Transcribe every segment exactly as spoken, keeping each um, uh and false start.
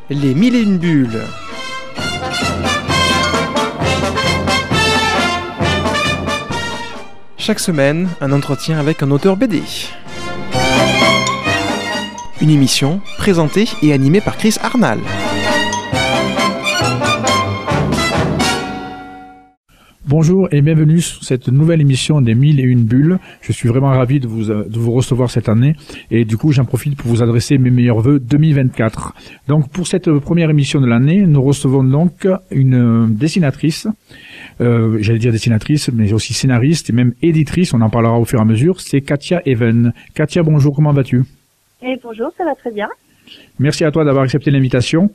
Les mille et une bulles. Chaque semaine, un entretien avec un auteur B D. Une émission présentée et animée par Chris Arnal. Bonjour et bienvenue sur cette nouvelle émission des mille et une bulles. Je suis vraiment ravi de vous, de vous recevoir cette année et du coup j'en profite pour vous adresser mes meilleurs vœux deux mille vingt-quatre. Donc pour cette première émission de l'année, nous recevons donc une dessinatrice, euh, j'allais dire dessinatrice, mais aussi scénariste et même éditrice, on en parlera au fur et à mesure, c'est Katia Even. Katia, bonjour, comment vas-tu? Et bonjour, ça va très bien. Merci à toi d'avoir accepté l'invitation.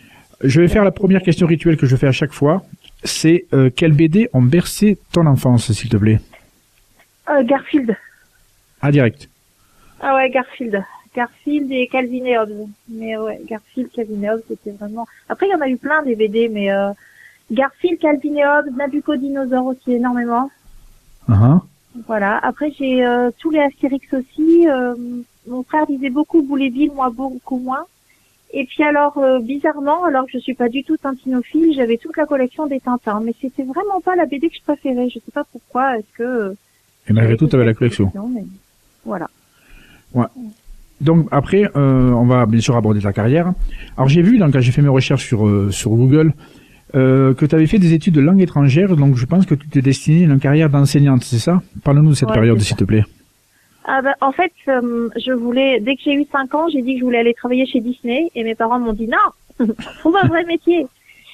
Je vais faire la première question rituelle que je fais à chaque fois. C'est euh, quel B D ont bercé ton enfance, s'il te plaît? euh, Garfield. Ah, direct. Ah ouais, Garfield. Garfield et Calvin et Hobbes. Mais ouais, Garfield, Calvin et Hobbes, c'était vraiment... Après, il y en a eu plein des B D, mais euh, Garfield, Calvin et Hobbes, Nabucco-Dinosaure aussi énormément. Uh-huh. Voilà. Après, j'ai euh, tous les Astérix aussi. Euh, mon frère lisait beaucoup Bouleville, moi beaucoup moins. Et puis alors, euh, bizarrement, alors que je suis pas du tout tintinophile, j'avais toute la collection des Tintins, mais c'était vraiment pas la B D que je préférais. Je sais pas pourquoi, est-ce que... Et malgré tout, tu avais la collection. Mais... Voilà. Ouais. Donc après, euh, on va bien sûr aborder ta carrière. Alors j'ai vu, donc, quand j'ai fait mes recherches sur, euh, sur Google, euh, que tu avais fait des études de langue étrangère, donc je pense que tu t'es destiné à une carrière d'enseignante, c'est ça? Parle-nous de cette ouais, période, s'il te plaît. Ah bah, en fait, euh, je voulais, dès que j'ai eu cinq ans, j'ai dit que je voulais aller travailler chez Disney et mes parents m'ont dit non, trouve un vrai métier.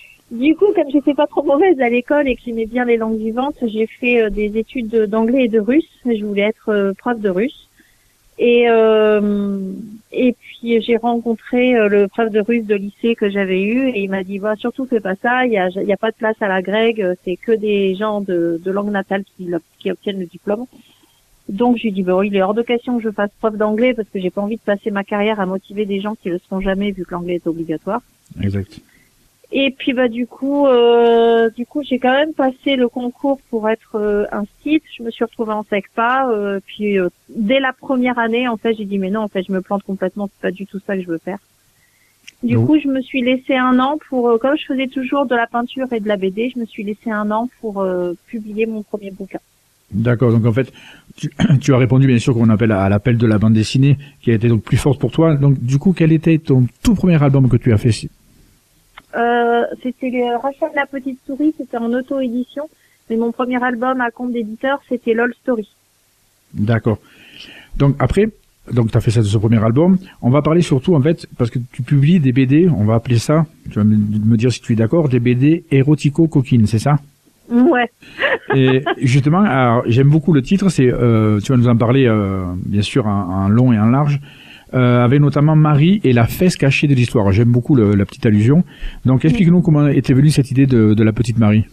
Du coup, comme j'étais pas trop mauvaise à l'école et que j'aimais bien les langues vivantes, j'ai fait euh, des études d'anglais et de russe. Je voulais être euh, prof de russe. Et euh, et puis j'ai rencontré euh, le prof de russe de lycée que j'avais eu et il m'a dit bah surtout fais pas ça, il y a il y a pas de place à la grecque, c'est que des gens de de langue natale qui qui obtiennent le diplôme. Donc, je lui dis, bon, il est hors de question que je fasse prof d'anglais parce que j'ai pas envie de passer ma carrière à motiver des gens qui le seront jamais vu que l'anglais est obligatoire. Exact. Et puis, bah, du coup, euh, du coup, j'ai quand même passé le concours pour être euh, un site. Je me suis retrouvée en SECPA. Euh, puis, euh, dès la première année, en fait, j'ai dit, mais non, en fait, je me plante complètement. C'est pas du tout ça que je veux faire. Du Donc, coup, je me suis laissé un an pour, euh, comme je faisais toujours de la peinture et de la B D, je me suis laissé un an pour euh, publier mon premier bouquin. D'accord, donc en fait, tu, tu as répondu bien sûr qu'on appelle à, à l'appel de la bande dessinée, qui a été donc plus forte pour toi. Donc du coup, quel était ton tout premier album que tu as fait? euh, C'était Rachel la petite souris, c'était en auto-édition. Mais mon premier album à compte d'éditeur, c'était LOL Story. D'accord. Donc après, donc tu as fait ça de ce premier album. On va parler surtout en fait, parce que tu publies des B D, on va appeler ça, tu vas me, me dire si tu es d'accord, des B D érotico-coquines, c'est ça? Ouais. Et justement, alors, j'aime beaucoup le titre, c'est, euh, tu vas nous en parler, euh, bien sûr, en, en long et en large, euh, avec notamment Marie et la fesse cachée de l'histoire. J'aime beaucoup le, la petite allusion. Donc, explique-nous comment était venue cette idée de, de la petite Marie.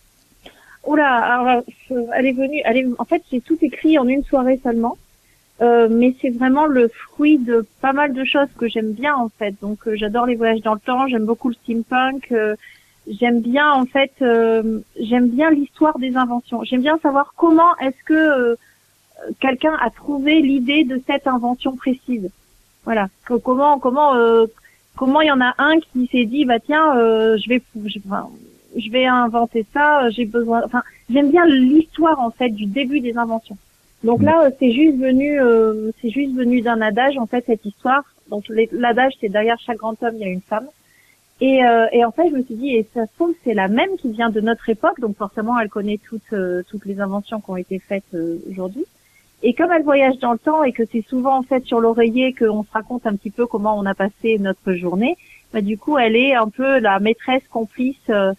Oula, alors, elle est venue, elle est, en fait, j'ai tout écrit en une soirée seulement. Euh, mais c'est vraiment le fruit de pas mal de choses que j'aime bien, en fait. Donc, euh, j'adore les voyages dans le temps, j'aime beaucoup le steampunk, euh, J'aime bien en fait, euh, j'aime bien l'histoire des inventions. J'aime bien savoir comment est-ce que euh, quelqu'un a trouvé l'idée de cette invention précise. Voilà. Que, comment, comment, euh, comment il y en a un qui s'est dit bah tiens, euh, je vais, je, enfin, je vais inventer ça. J'ai besoin. Enfin, j'aime bien l'histoire en fait du début des inventions. Donc là, euh, c'est juste venu, euh, c'est juste venu d'un adage en fait cette histoire. Donc l'adage c'est derrière chaque grand homme il y a une femme. Et, euh, et en fait, je me suis dit, et ça se trouve, c'est la même qui vient de notre époque, donc forcément, elle connaît toutes euh, toutes les inventions qui ont été faites euh, aujourd'hui. Et comme elle voyage dans le temps et que c'est souvent en fait sur l'oreiller qu'on se raconte un petit peu comment on a passé notre journée, bah du coup, elle est un peu la maîtresse complice euh,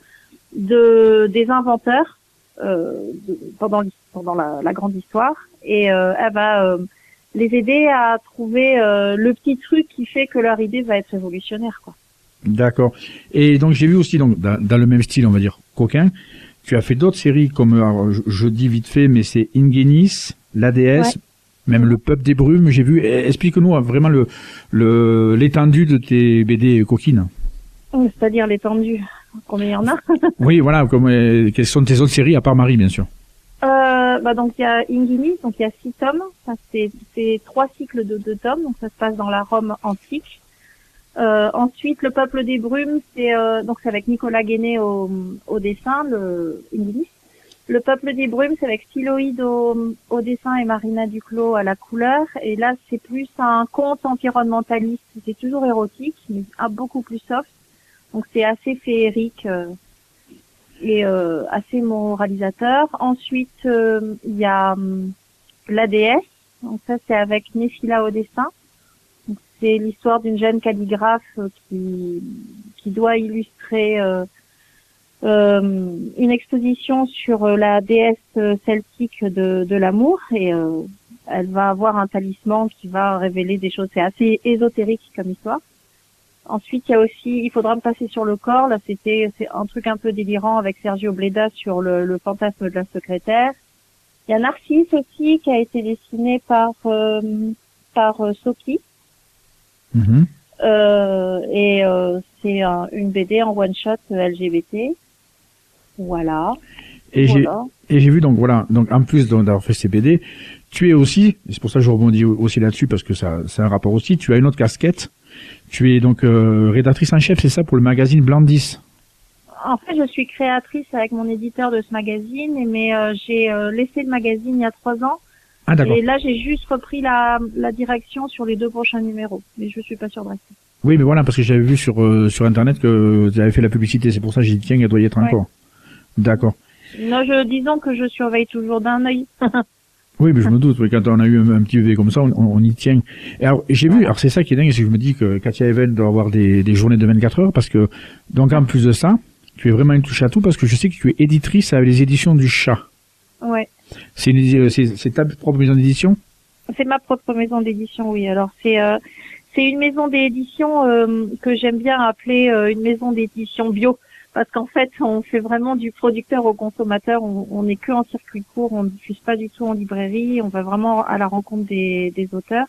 de des inventeurs euh, de, pendant pendant la, la grande histoire, et euh, elle va euh, les aider à trouver euh, le petit truc qui fait que leur idée va être révolutionnaire, quoi. D'accord. Et donc j'ai vu aussi donc dans, dans le même style, on va dire coquin, tu as fait d'autres séries comme alors, je, je dis vite fait, mais c'est Ingenis, l'A D S, ouais. Même le Peuple des Brumes. J'ai vu. Explique-nous vraiment le le l'étendue de tes B D coquines. C'est-à-dire l'étendue. Combien il y en a? Oui, voilà. Comme euh, quelles sont tes autres séries à part Marie, bien sûr. Euh, bah donc il y a Ingenis, donc il y a six tomes. Ça c'est c'est trois cycles de deux tomes, donc ça se passe dans la Rome antique. Euh, ensuite, le Peuple des Brumes, c'est euh, donc c'est avec Nicolas Guéné au, au dessin, le Inglis. Le Peuple des Brumes, c'est avec Styloïde au, au dessin et Marina Duclos à la couleur. Et là, c'est plus un conte environnementaliste. C'est toujours érotique, mais ah, beaucoup plus soft. Donc c'est assez féerique euh, et euh, assez moralisateur. Ensuite, euh, il y a hum, la déesse. Donc ça, c'est avec Néphila au dessin. Donc, c'est l'histoire d'une jeune calligraphe euh, qui qui doit illustrer euh, euh, une exposition sur euh, la déesse euh, celtique de, de l'amour. Et euh, elle va avoir un talisman qui va révéler des choses. C'est assez ésotérique comme histoire. Ensuite, il y a aussi, il faudra me passer sur le corps. Là, c'était c'est un truc un peu délirant avec Sergio Bleda sur le, le fantasme de la secrétaire. Il y a Narcisse aussi qui a été dessiné par euh, par euh, Sophie. Mm-hmm. Euh, et euh, c'est un, une B D en one shot L G B T. Voilà. Et voilà. j'ai et j'ai vu donc voilà donc en plus d'avoir fait ces B D, tu es aussi, et c'est pour ça que je rebondis aussi là-dessus parce que ça c'est un rapport aussi. Tu as une autre casquette. Tu es donc euh, rédactrice en chef, c'est ça, pour le magazine Blandis. En fait, je suis créatrice avec mon éditeur de ce magazine, mais euh, j'ai euh, laissé le magazine il y a trois ans. Ah d'accord. Et là, j'ai juste repris la, la direction sur les deux prochains numéros, mais je suis pas sûre de rester. Oui, mais voilà, parce que j'avais vu sur euh, sur internet que tu avais fait la publicité, c'est pour ça que j'ai dit tiens, elle doit y être Ouais. encore. D'accord. Non, je disons que je surveille toujours d'un œil. Oui, mais je me doute, oui, quand on a eu un, un petit bébé comme ça, on, on y tient. Et alors, j'ai vu, alors c'est ça qui est dingue, c'est que je me dis que Katia Even doit avoir des, des journées de vingt-quatre heures, parce que, donc en plus de ça, tu es vraiment une touche à tout, parce que je sais que tu es éditrice avec les éditions du Chat. Ouais. C'est une, c'est, c'est ta propre maison d'édition? C'est ma propre maison d'édition, oui. Alors c'est euh, c'est une maison d'édition euh, que j'aime bien appeler euh, une maison d'édition bio, parce qu'en fait on fait vraiment du producteur au consommateur. On, on est que en circuit court, on ne diffuse pas du tout en librairie. On va vraiment à la rencontre des, des auteurs,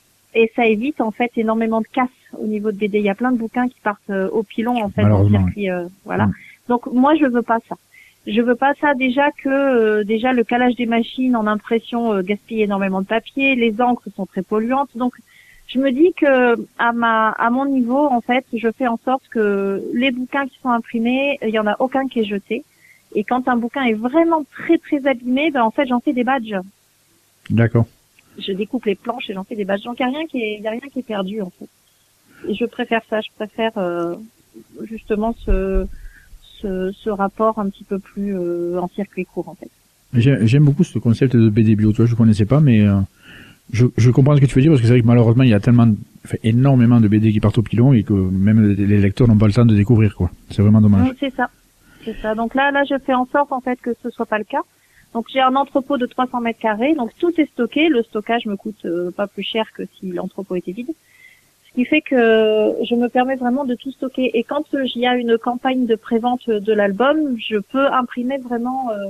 et ça évite en fait énormément de casse au niveau de B D. Il y a plein de bouquins qui partent euh, au pilon en fait en circuit, euh, voilà. Mmh. Donc moi je veux pas ça. Je veux pas ça déjà que euh, déjà le calage des machines en impression euh, gaspille énormément de papier, les encres sont très polluantes. Donc je me dis que à ma à mon niveau en fait, je fais en sorte que les bouquins qui sont imprimés, il y en a aucun qui est jeté. Et quand un bouquin est vraiment très très abîmé, ben en fait j'en fais des badges. D'accord. Je découpe les planches et j'en fais des badges. Donc il y a rien qui est il y a rien qui est perdu en fait. Et je préfère ça, je préfère euh, justement ce Ce, ce rapport un petit peu plus euh, en circuit court en fait. J'aime, j'aime beaucoup ce concept de B D bio, toi je connaissais pas, mais euh, je, je comprends ce que tu veux dire, parce que c'est vrai que malheureusement il y a tellement, de, enfin, énormément de B D qui partent au pilon et que même les lecteurs n'ont pas le temps de découvrir, quoi. C'est vraiment dommage. Donc, c'est ça, c'est ça. Donc là, là je fais en sorte en fait que ce soit pas le cas. Donc j'ai un entrepôt de trois cents mètres carrés, donc tout est stocké. Le stockage me coûte euh, pas plus cher que si l'entrepôt était vide. Ce qui fait que je me permets vraiment de tout stocker. Et quand il euh, y a une campagne de prévente de l'album, je peux imprimer vraiment, euh,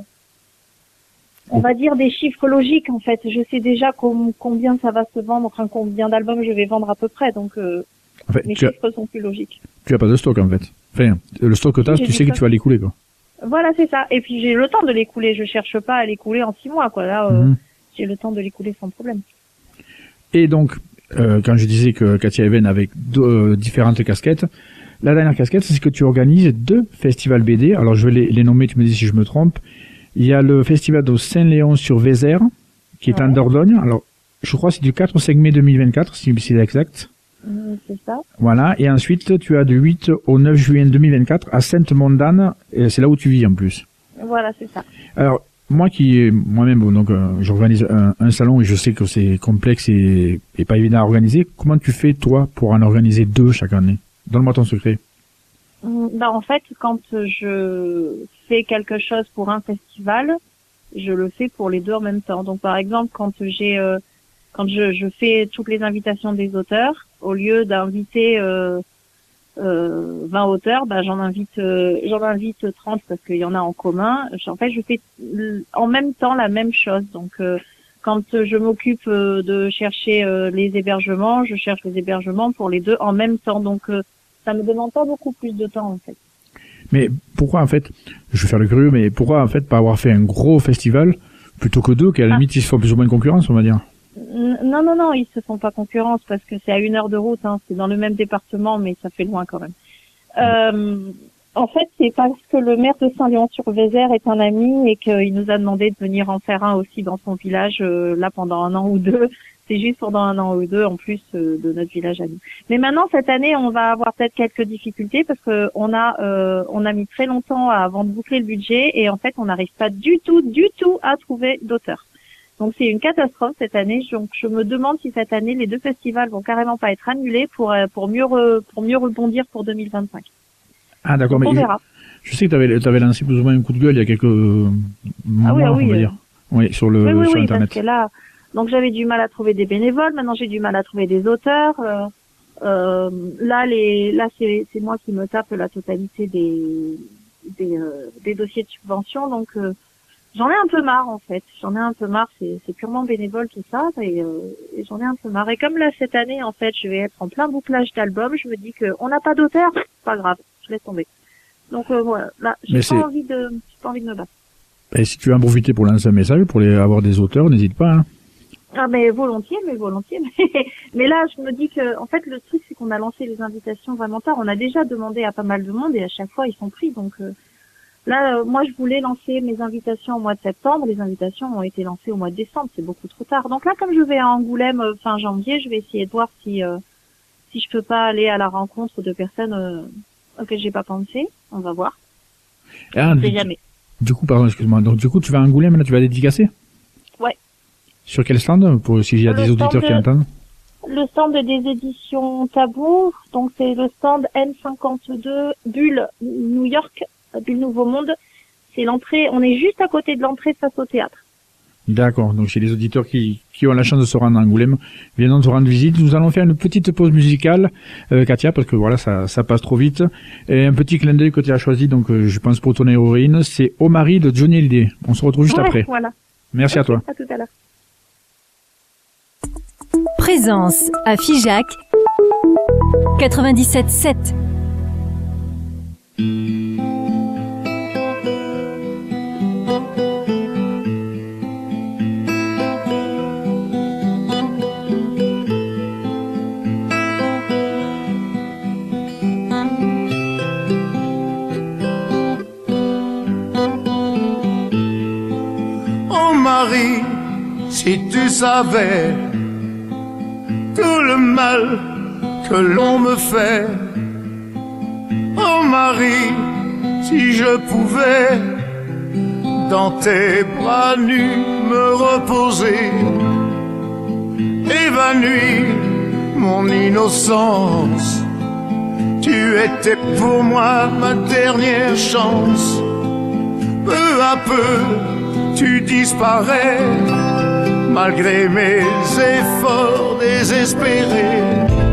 on va dire, des chiffres logiques en fait. Je sais déjà com- combien ça va se vendre, enfin combien d'albums je vais vendre à peu près. Donc euh, En fait, mes tu chiffres as, sont plus logiques. tu as pas de stock en fait. Enfin, le stock que tu as, J'ai tu du sais que stock. tu vas l'écouler, quoi. Voilà, c'est ça. Et puis j'ai le temps de l'écouler. Je cherche pas à l'écouler en six mois, quoi. Là, euh, Mhm. j'ai le temps de l'écouler sans problème. Et donc, euh, quand je disais que Katia Even avait deux, euh, différentes casquettes, la dernière casquette, c'est que tu organises deux festivals B D. Alors, je vais les, les nommer, tu me dis si je me trompe. Il y a le festival de Saint-Léon-sur-Vézère, qui est Ouais. en Dordogne. Alors, je crois que c'est du quatre au cinq mai deux mille vingt-quatre, si c'est exact. Mmh, c'est ça. Voilà. Et ensuite, tu as du huit au neuf juin deux mille vingt-quatre à Sainte-Mondane. Et c'est là où tu vis, en plus. Voilà, c'est ça. Alors, moi qui, moi-même, donc, euh, j'organise un, un salon et je sais que c'est complexe et, et pas évident à organiser. Comment tu fais, toi, pour en organiser deux chaque année? Donne-moi ton secret. Mmh, bah, en fait, quand je fais quelque chose pour un festival, je le fais pour les deux en même temps. Donc, par exemple, quand j'ai, euh, quand je, je fais toutes les invitations des auteurs, au lieu d'inviter euh, euh, vingt auteurs, bah, j'en invite, euh, j'en invite trente parce qu'il y en a en commun. En fait, je fais en même temps la même chose. Donc, euh, quand je m'occupe euh, de chercher euh, les hébergements, je cherche les hébergements pour les deux en même temps. Donc, euh, ça me demande pas beaucoup plus de temps, en fait. Mais pourquoi, en fait, je vais faire le curieux, mais pourquoi, en fait, pas avoir fait un gros festival plutôt que deux, qui à la Ah. limite, ils se font plus ou moins de concurrence, on va dire? N- Non, non, non, ils se font pas concurrence parce que c'est à une heure de route, hein, c'est dans le même département, mais ça fait loin quand même. Euh, en fait, c'est parce que le maire de Saint-Léon-sur-Vézère est un ami et qu'il nous a demandé de venir en faire un aussi dans son village, euh, là, pendant un an ou deux. C'est juste pendant un an ou deux en plus euh, de notre village à nous. Mais maintenant, cette année, on va avoir peut-être quelques difficultés parce que on a euh, on a mis très longtemps avant de boucler le budget et en fait, on n'arrive pas du tout, du tout à trouver d'auteurs. Donc c'est une catastrophe cette année. Donc je me demande si cette année les deux festivals vont carrément pas être annulés pour euh, pour mieux re, pour mieux rebondir pour deux mille vingt-cinq. Ah d'accord, Donc, mais on verra. Je, je sais que tu avais lancé plus ou moins un coup de gueule il y a quelques euh, mois, Ah oui, ah oui, on va euh, dire. Oui, sur le oui, oui, sur oui, internet. parce que là, donc j'avais du mal à trouver des bénévoles. Maintenant j'ai du mal à trouver des auteurs. Euh, euh, là les là c'est c'est moi qui me tape la totalité des des euh, des dossiers de subvention. Donc euh, j'en ai un peu marre en fait. J'en ai un peu marre. C'est c'est purement bénévole tout ça et, euh, et j'en ai un peu marre. Et comme là cette année en fait je vais être en plein bouclage d'albums, je me dis que on n'a pas d'auteur, pas grave, je laisse tomber. Donc euh, voilà, là j'ai Mais pas c'est- envie de j'ai pas envie de me battre. Et si tu veux en profiter pour lancer un message, pour les, avoir des auteurs, n'hésite pas. Hein. Ah mais volontiers, mais volontiers. Mais, mais là, je me dis que, en fait, le truc c'est qu'on a lancé les invitations vraiment tard. On a déjà demandé à pas mal de monde et à chaque fois ils sont pris. Donc euh, là, euh, moi, je voulais lancer mes invitations au mois de septembre. Les invitations ont été lancées au mois de décembre. C'est beaucoup trop tard. Donc là, comme je vais à Angoulême euh, fin janvier, je vais essayer de voir si euh, si je peux pas aller à la rencontre de personnes euh, auxquelles j'ai pas pensé. On va voir. Ah, On du, sait jamais. du coup, pardon, excuse-moi. Donc du coup, tu vas à Angoulême, là, tu vas dédicacer? Ouais. Sur quel stand, pour s'il y a Le des stand auditeurs qui de- entendent? Le stand des éditions Tabou, donc c'est le stand N cinquante-deux Bulle New York, Bulle Nouveau Monde. C'est l'entrée, on est juste à côté de l'entrée face au théâtre. D'accord. Donc, chez les auditeurs qui, qui ont la chance de se rendre à Angoulême, viennent te rendre visite. Nous allons faire une petite pause musicale, euh, Katia, parce que voilà, ça, ça passe trop vite. Et un petit clin d'œil que tu as choisi, donc, euh, je pense pour ton héroïne, c'est Au mari de Johnny Hallyday. On se retrouve juste Ouais, après. Voilà. Merci à toi. À tout à l'heure. Présence à Figeac quatre-vingt-dix-sept sept. Oh Marie, si tu savais tout le mal que l'on me fait. Oh Marie, si je pouvais dans tes bras nus me reposer, évanouir mon innocence. Tu étais pour moi ma dernière chance. Peu à peu, tu disparais, malgré mes efforts désespérés.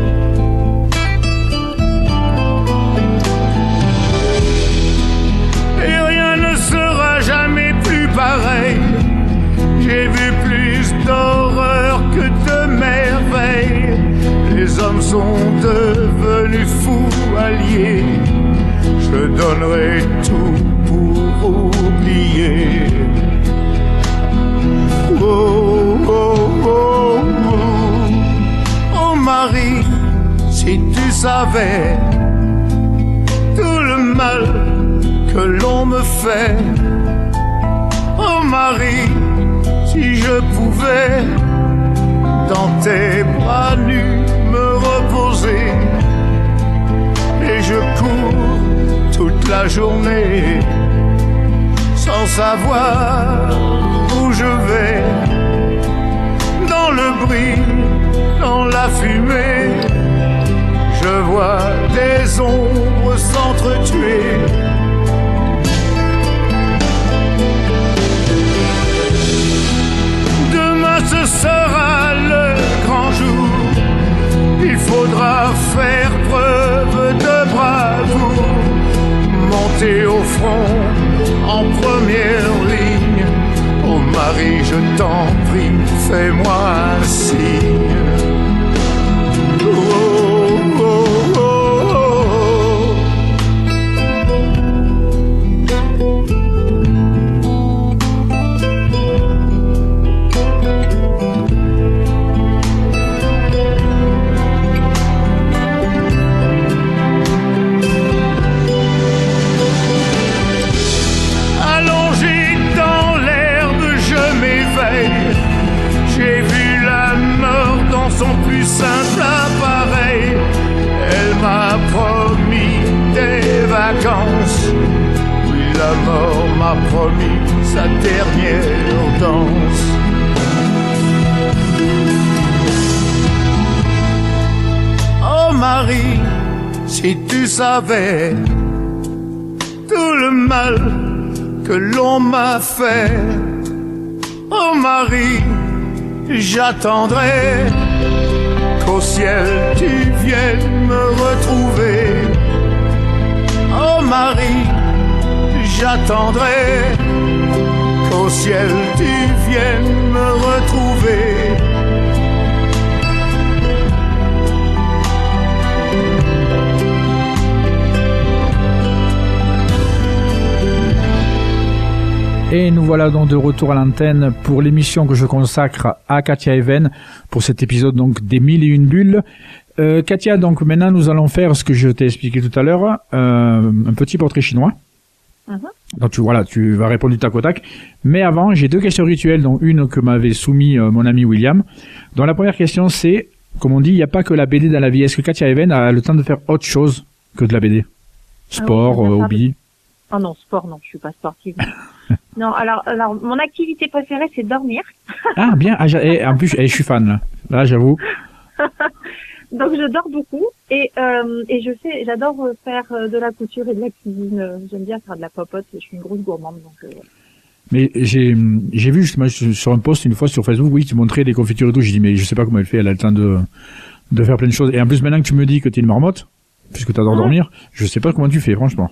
Et rien ne sera jamais plus pareil. J'ai vu plus d'horreur que de merveilles. Les hommes sont devenus fous alliés. Je donnerai tout pour oublier. Oh, oh, oh, oh. Oh Marie, si tu savais tout le mal que l'on me fait. Oh Marie, si je pouvais dans tes bras nus me reposer. Et je cours toute la journée sans savoir où je vais. Dans le bruit, dans la fumée, je vois des ombres s'entretuer. Demain ce sera le grand jour. Il faudra faire preuve de bravoure, monter au front en première ligne. Oh Marie, je t'en prie, fais-moi un signe. Oh, oh, oh, oh. promis sa dernière danse. Oh Marie, si tu savais tout le mal que l'on m'a fait. Oh Marie, j'attendrai qu'au ciel tu viennes me retrouver. Oh Marie, j'attendrai qu'au ciel tu viennes me retrouver. Et nous voilà donc de retour à l'antenne pour l'émission que je consacre à Katia Even pour cet épisode donc des mille et une bulles. Euh, Katia, donc maintenant nous allons faire ce que je t'ai expliqué tout à l'heure, euh, un petit portrait chinois. Uh-huh. Donc tu voilà, tu vas répondre du tac au tac. Mais avant, j'ai deux questions rituelles, dont une que m'avait soumis euh, mon ami William. Donc la première question c'est, comme on dit, il n'y a pas que la B D dans la vie. Est-ce que Katia Even a le temps de faire autre chose que de la B D? Sport, ah oui, euh, hobby? Oh non, sport non, je suis pas sportive. Non, alors, alors mon activité préférée c'est dormir. Ah bien, ah, et, en plus, et, je suis fan là, là j'avoue. Donc je dors beaucoup et euh, et je fais, j'adore faire de la couture et de la cuisine. J'aime bien faire de la popote. Je suis une grosse gourmande donc. Euh... Mais j'ai j'ai vu justement sur un post une fois sur Facebook, oui, tu montrais des confitures et tout. J'ai dit mais je sais pas comment elle fait, elle a le temps de de faire plein de choses. Et en plus maintenant que tu me dis que t'es une marmotte, puisque t'adores ah. dormir, je sais pas comment tu fais franchement.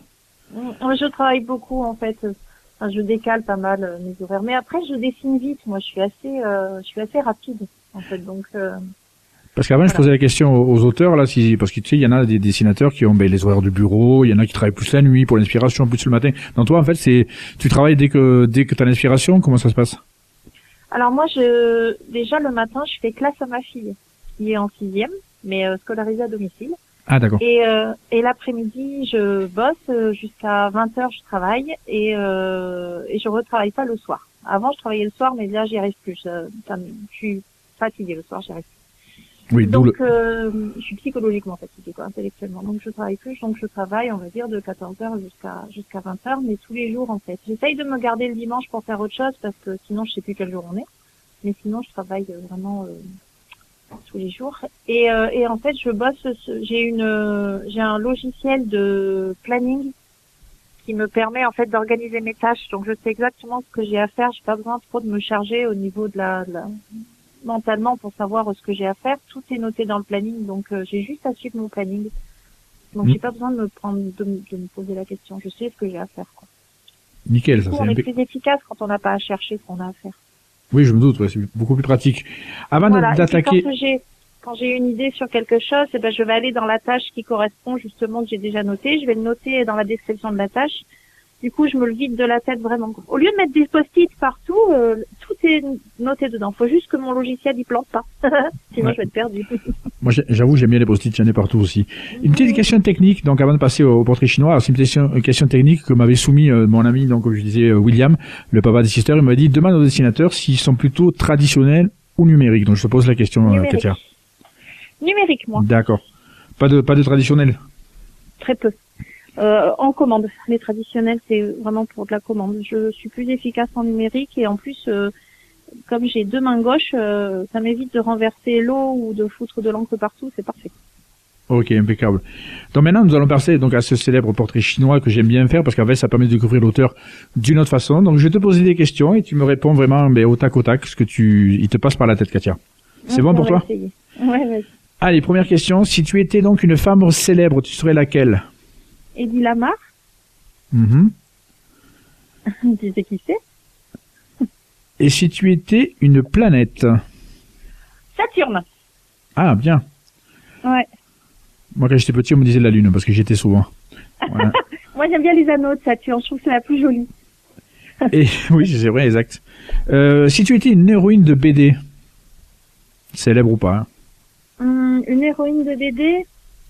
Je travaille beaucoup en fait. Enfin, je décale pas mal euh, mes horaires, mais après je dessine vite. Moi, je suis assez, euh, je suis assez rapide en fait. Donc. Euh, parce qu'avant, voilà. Je posais la question aux, aux auteurs là, si parce que tu sais, il y en a des dessinateurs qui ont ben, les horaires du bureau, il y en a qui travaillent plus la nuit pour l'inspiration, plus le matin. Donc toi, en fait, c'est, tu travailles dès que dès que t'as l'inspiration. Comment ça se passe? Alors moi, je déjà le matin, je fais classe à ma fille qui est en sixième, mais euh, scolarisée à domicile. Ah d'accord. Et, euh, et l'après-midi, je bosse jusqu'à vingt heures, je travaille et, euh, et je retravaille pas le soir. Avant, je travaillais le soir, mais là, j'y arrive plus. Je, je suis fatiguée le soir, j'y arrive plus. Oui, donc, le... euh, je suis psychologiquement fatiguée, quoi, intellectuellement. Donc, je travaille plus, donc je travaille, on va dire, de quatorze heures jusqu'à jusqu'à vingt heures, mais tous les jours, en fait. J'essaye de me garder le dimanche pour faire autre chose parce que sinon, je sais plus quel jour on est. Mais sinon, je travaille vraiment. Euh, tous les jours et euh, et en fait je bosse j'ai une j'ai un logiciel de planning qui me permet en fait d'organiser mes tâches, donc je sais exactement ce que j'ai à faire, j'ai pas besoin trop de me charger au niveau de la, de la mentalement pour savoir ce que j'ai à faire, tout est noté dans le planning, donc euh, j'ai juste à suivre mon planning, donc mmh. j'ai pas besoin de me prendre de, de me poser la question, je sais ce que j'ai à faire quoi. Nickel, ça c'est on est plus efficace quand on n'a pas à chercher ce qu'on a à faire. Oui, je me doute, ouais, c'est beaucoup plus pratique. Avant voilà, d'attaquer... Quand j'ai, quand j'ai une idée sur quelque chose, eh ben, je vais aller dans la tâche qui correspond justement que j'ai déjà notée. Je vais le noter dans la description de la tâche. Du coup, je me le vide de la tête vraiment. Au lieu de mettre des post-it partout, euh, tout est noté dedans. Faut juste que mon logiciel y plante pas. Sinon, ouais. Je vais être perdu. Moi, j'avoue, j'aime bien les post-it, j'en ai partout aussi. Une petite question technique, donc avant de passer au portrait chinois, alors c'est une question, une question technique que m'avait soumis euh, mon ami, donc comme je disais, euh, William, le papa des sisters, il m'a dit, demande aux dessinateurs s'ils sont plutôt traditionnels ou numériques. Donc je te pose la question, euh, Katia. Numérique, moi. D'accord. Pas de, pas de traditionnel? Très peu. Euh, en commande. Les traditionnels, c'est vraiment pour de la commande. Je suis plus efficace en numérique et en plus, euh, comme j'ai deux mains gauches, euh, ça m'évite de renverser l'eau ou de foutre de l'encre partout. C'est parfait. Ok, impeccable. Donc maintenant, nous allons passer donc à ce célèbre portrait chinois que j'aime bien faire parce qu'en fait, ça permet de découvrir l'auteur d'une autre façon. Donc, je vais te poser des questions et tu me réponds vraiment ben, au tac au tac ce que tu, il te passe par la tête, Katia. C'est bon pour toi? Essayer. Ouais, vas-y. Allez, première question. Si tu étais donc une femme célèbre, tu serais laquelle? Eddie Lamar. Mm-hmm. Tu sais qui c'est? Et si tu étais une planète? Saturne. Ah, bien. Ouais. Moi, quand j'étais petit, on me disait la Lune, parce que j'y étais souvent. Voilà. Moi, j'aime bien les anneaux de Saturne. Je trouve que c'est la plus jolie. Et oui, c'est vrai, exact. Euh, si tu étais une héroïne de B D, célèbre ou pas? Hein. Hum, une héroïne de B D.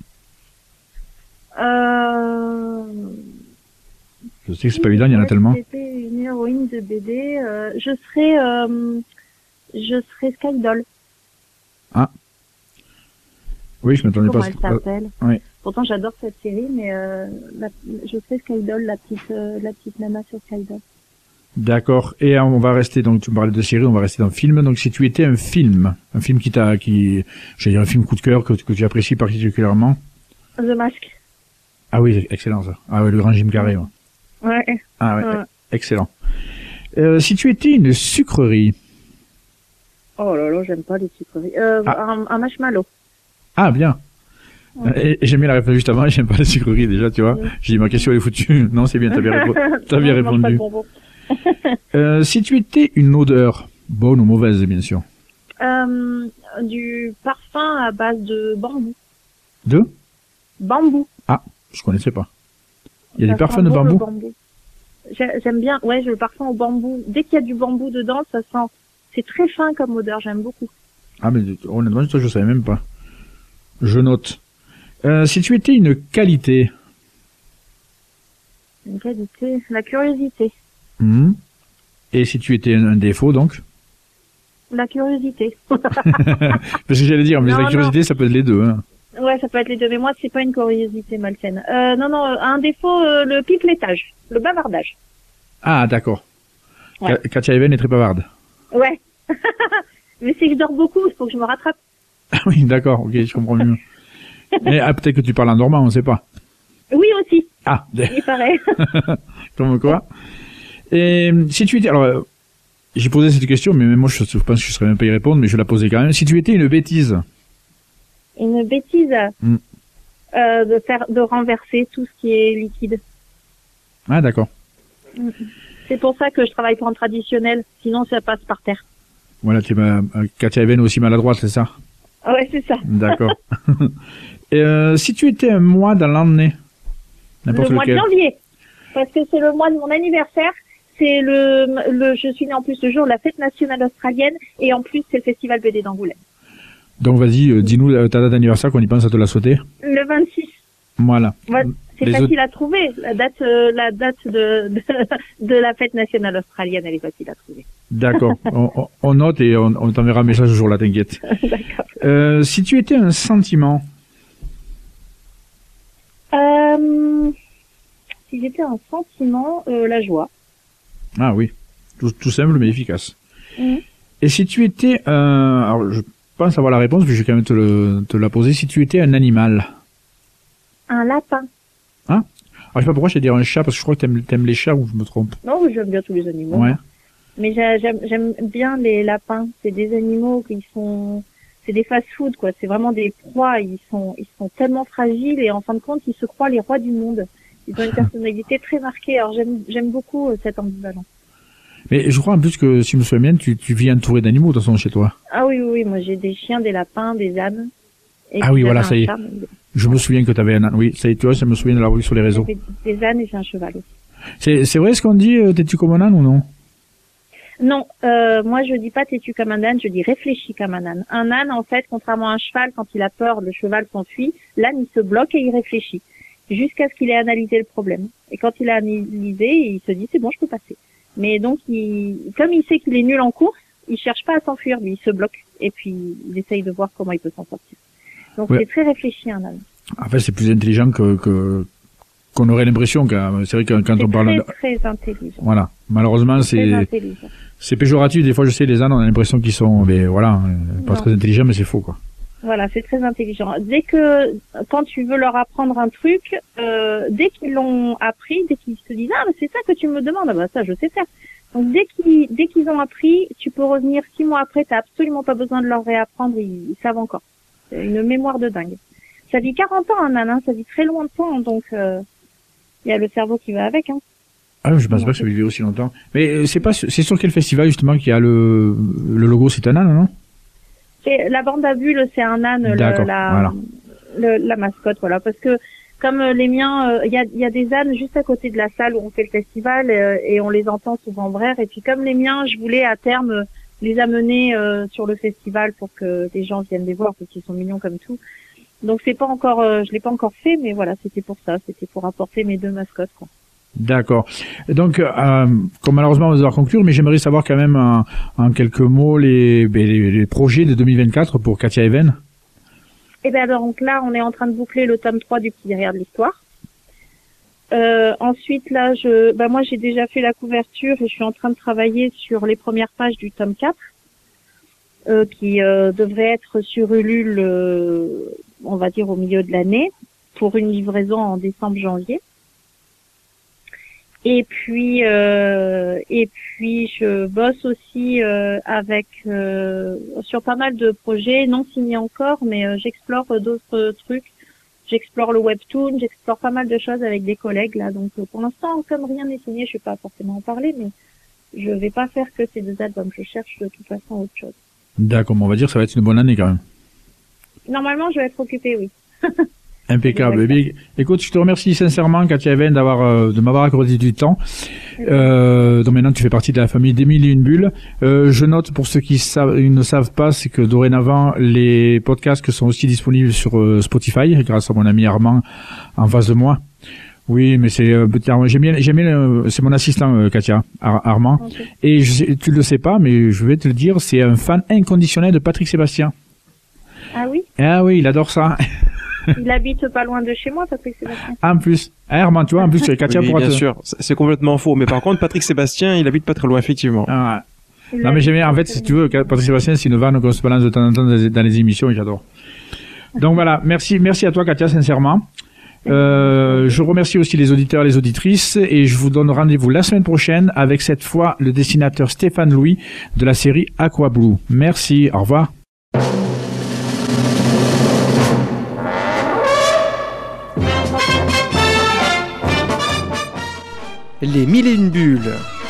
Euh... Je sais que c'est pas évident, il y en a tellement. Si j'étais une héroïne de B D, euh, je serais, euh, je serais Skydoll. Ah. Oui, je m'attendais pas. Comment elle s'appelle? Euh, oui. Pourtant, j'adore cette série, mais euh, la, je serais Skydoll, la petite, euh, la petite nana sur Skydoll. D'accord. Et on va rester, donc tu me parlais de série, on va rester dans le film. Donc si tu étais un film, un film qui t'a, qui, j'allais dire un film coup de cœur que, que tu apprécies particulièrement. The Mask. Ah oui, excellent ça. Ah ouais, le grand Jim Carrey. Ouais. Ouais. Ah ouais, ouais. Excellent. Euh, si tu étais une sucrerie. Oh là là, j'aime pas les sucreries. Euh, Ah. un, un marshmallow. Ah bien. Ouais. Et, et j'aime bien la réponse juste avant, j'aime pas les sucreries déjà, tu vois. Ouais. J'ai dit ma question elle est foutue. Non, c'est bien, t'as bien, répo- t'as bien Non, je mange pas répondu. de bonbons. Euh, si tu étais une odeur, bonne ou mauvaise bien sûr. Euh, du parfum à base de bambou. Deux. Bambou. Je connaissais pas. Il y a Ça des parfums sent de bon, le bambou. bambou. J'ai- J'aime bien, ouais, j'ai le parfum au bambou. Dès qu'il y a du bambou dedans, ça sent, c'est très fin comme odeur, j'aime beaucoup. Ah mais honnêtement, toi, je savais même pas. Je note. Euh, si tu étais une qualité. Une qualité, la curiosité. Hmm. Et si tu étais un, un défaut donc. La curiosité. Parce que j'allais dire, mais Non, la non. curiosité, ça peut être les deux. Hein. Ouais, ça peut être les deux, mais moi, c'est pas une curiosité malsaine. Euh, non, non, euh, un défaut, euh, le pipelettage, le bavardage. Ah d'accord. Ouais. Ka- Katia Even est très bavarde. Ouais. Mais c'est que je dors beaucoup, il faut que je me rattrape. Ah oui, d'accord, ok, je comprends mieux. Mais ah, peut-être que tu parles en dormant, on sait pas. Oui, aussi, Ah, il paraît. comme quoi. Et si tu étais, alors, euh, j'ai posé cette question, mais même moi, je, je pense que je serais même pas y répondre, mais je vais la poser quand même. Si tu étais une bêtise. Une bêtise, Mm. euh, de faire, de renverser tout ce qui est liquide. Ah d'accord. C'est pour ça que je travaille pas en traditionnel, sinon ça passe par terre. Voilà, tu es ma, euh, Katia Even aussi maladroite, c'est ça? Ah ouais, c'est ça. D'accord. Et euh, si tu étais un mois dans l'année, n'importe Le mois de lequel. janvier, parce que c'est le mois de mon anniversaire. C'est le, le, je suis née en plus le jour de la fête nationale australienne et en plus c'est le festival B D d'Angoulême. Donc vas-y, euh, dis-nous euh, ta date d'anniversaire qu'on y pense à te la souhaiter. Le vingt-six. Voilà. Ouais, c'est Les facile autres- à trouver. La date, euh, la date de, de, de la fête nationale australienne, elle est facile à trouver. D'accord. on, on- on note et on, on t'enverra un message ce jour-là, t'inquiète. D'accord. Euh, si tu étais un sentiment. Euh, si j'étais un sentiment, euh, la joie. Ah oui. Tout, tout simple mais efficace. Mhm. Et si tu étais un... Alors je pense avoir la réponse, mais je vais quand même te, le, te la poser. Si tu étais un animal. Un lapin. Alors je sais pas pourquoi je vais dire un chat, parce que je crois que t'aimes, t'aimes les chats ou je me trompe. Non, oui, j'aime bien tous les animaux. Ouais. Mais j'a- j'aime, j'aime bien les lapins. C'est des animaux qui sont, c'est des fast-food, quoi. C'est vraiment des proies. Ils sont, ils sont tellement fragiles et en fin de compte, ils se croient les rois du monde. Ils ont une personnalité très marquée. Alors j'aime, j'aime beaucoup euh, cette ambivalence. Mais je crois en plus que, si je me souviens bien, tu, tu vis entouré d'animaux de toute façon chez toi. Ah oui, oui, oui. Moi, j'ai des chiens, des lapins, des ânes. Et Ah puis oui, voilà, j'avais ça un y est. chat, mais Je me souviens que tu avais un âne. Oui, ça y est, tu vois, ça me souvient de l'avoir vu sur les réseaux. j'avais des ânes et j'ai un cheval aussi. C'est, c'est vrai ce qu'on dit, euh, t'es-tu comme un âne ou non? Non, euh, moi je dis pas têtu comme un âne, je dis réfléchi comme un âne. Un âne, en fait, contrairement à un cheval, quand il a peur, le cheval s'enfuit. L'âne, il se bloque et il réfléchit jusqu'à ce qu'il ait analysé le problème. Et quand il a analysé, il se dit c'est bon, je peux passer. Mais donc, il, comme il sait qu'il est nul en course, il cherche pas à s'enfuir, lui, il se bloque et puis il essaye de voir comment il peut s'en sortir. Donc Ouais. c'est très réfléchi un âne. En fait, c'est plus intelligent que, que qu'on aurait l'impression. Quand, c'est vrai que quand C'est on parle, très de... très intelligent. voilà. Malheureusement, Très c'est intelligent. c'est péjoratif. Des fois, je sais, les ânes, on a l'impression qu'ils sont, mais voilà, euh, pas Non. très intelligents, mais c'est faux, quoi. Voilà, c'est très intelligent. Dès que, quand tu veux leur apprendre un truc, euh, dès qu'ils l'ont appris, dès qu'ils se disent ah mais c'est ça que tu me demandes, ah bah ça je sais faire. Donc dès qu'ils dès qu'ils ont appris, tu peux revenir six mois après, t'as absolument pas besoin de leur réapprendre, ils, ils savent encore. C'est une mémoire de dingue. Ça vit quarante ans un âne, hein, ça vit très loin de temps, donc il euh, y a le cerveau qui va avec. Hein. Ah, je pense pas que ça vivait aussi longtemps. Mais euh, c'est pas, sur- c'est sur quel festival justement qu'il y a le le logo, c'est un âne, non? C'est la bande à bulles, c'est un âne, le- D'accord, la voilà. le- la mascotte, voilà, parce que comme euh, les miens, il y, a, y a des ânes juste à côté de la salle où on fait le festival euh, et on les entend souvent brère. Et puis comme les miens, je voulais à terme euh, les amener euh, sur le festival pour que les gens viennent les voir parce qu'ils sont mignons comme tout. Donc c'est pas encore, euh, je l'ai pas encore fait, mais voilà, c'était pour ça, c'était pour apporter mes deux mascottes, quoi. D'accord. Et donc, euh, comme malheureusement on va devoir conclure, mais j'aimerais savoir quand même en, en quelques mots les, ben, les, les projets de deux mille vingt-quatre pour Katia Even. Et ben donc là, on est en train de boucler le tome trois du Petit Derrière de l'Histoire. Euh, ensuite, là, je, bah moi, j'ai déjà fait la couverture et je suis en train de travailler sur les premières pages du tome quatre, euh, qui euh, devrait être sur Ulule, euh, on va dire au milieu de l'année, pour une livraison en décembre-janvier. Et puis, euh, et puis, je bosse aussi euh, avec euh, sur pas mal de projets non signés encore, mais euh, j'explore d'autres trucs. J'explore le webtoon, j'explore pas mal de choses avec des collègues là. Donc, euh, pour l'instant, comme rien n'est signé, je vais pas forcément en parler, mais je vais pas faire que ces deux albums. Je cherche de toute façon autre chose. D'accord, on va dire que ça va être une bonne année quand même. Normalement, je vais être occupée, oui. Impeccable. Eh bien, écoute, je te remercie sincèrement, Katia Even, d'avoir euh, de m'avoir accordé du temps. Euh, donc maintenant, tu fais partie de la famille des mille et une bulles. Euh, je note pour ceux qui savent, ils ne savent pas, c'est que dorénavant, les podcasts sont aussi disponibles sur euh, Spotify, grâce à mon ami Armand en face de moi. Oui, mais c'est euh, j'aime bien, j'aime bien, euh, c'est mon assistant euh, Katia Ar- Armand. Okay. Et je sais, tu le sais pas, mais je vais te le dire, c'est un fan inconditionnel de Patrick Sébastien. Ah oui. Ah oui, il adore ça. Il habite pas loin de chez moi, Patrick Sébastien. En plus, ah, Herman, tu vois, en plus, Katia oui, pourra bien te... sûr, c'est complètement faux. Mais par contre, Patrick Sébastien, il habite pas très loin, effectivement. Ah, non, mais j'aime bien, en fait, si tu veux, Patrick Sébastien, c'est une vanne qu'on se balance de temps en temps dans les émissions et j'adore. Donc voilà, merci, merci à toi, Katia, sincèrement. Euh, je remercie aussi les auditeurs et les auditrices et je vous donne rendez-vous la semaine prochaine avec cette fois le dessinateur Stéphane Louis de la série Aqua Blue. Merci, au revoir. Les mille et une bulles.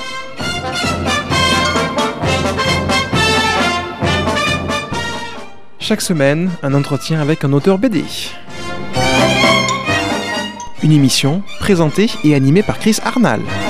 Chaque semaine, un entretien avec un auteur B D. Une émission présentée et animée par Chris Arnal.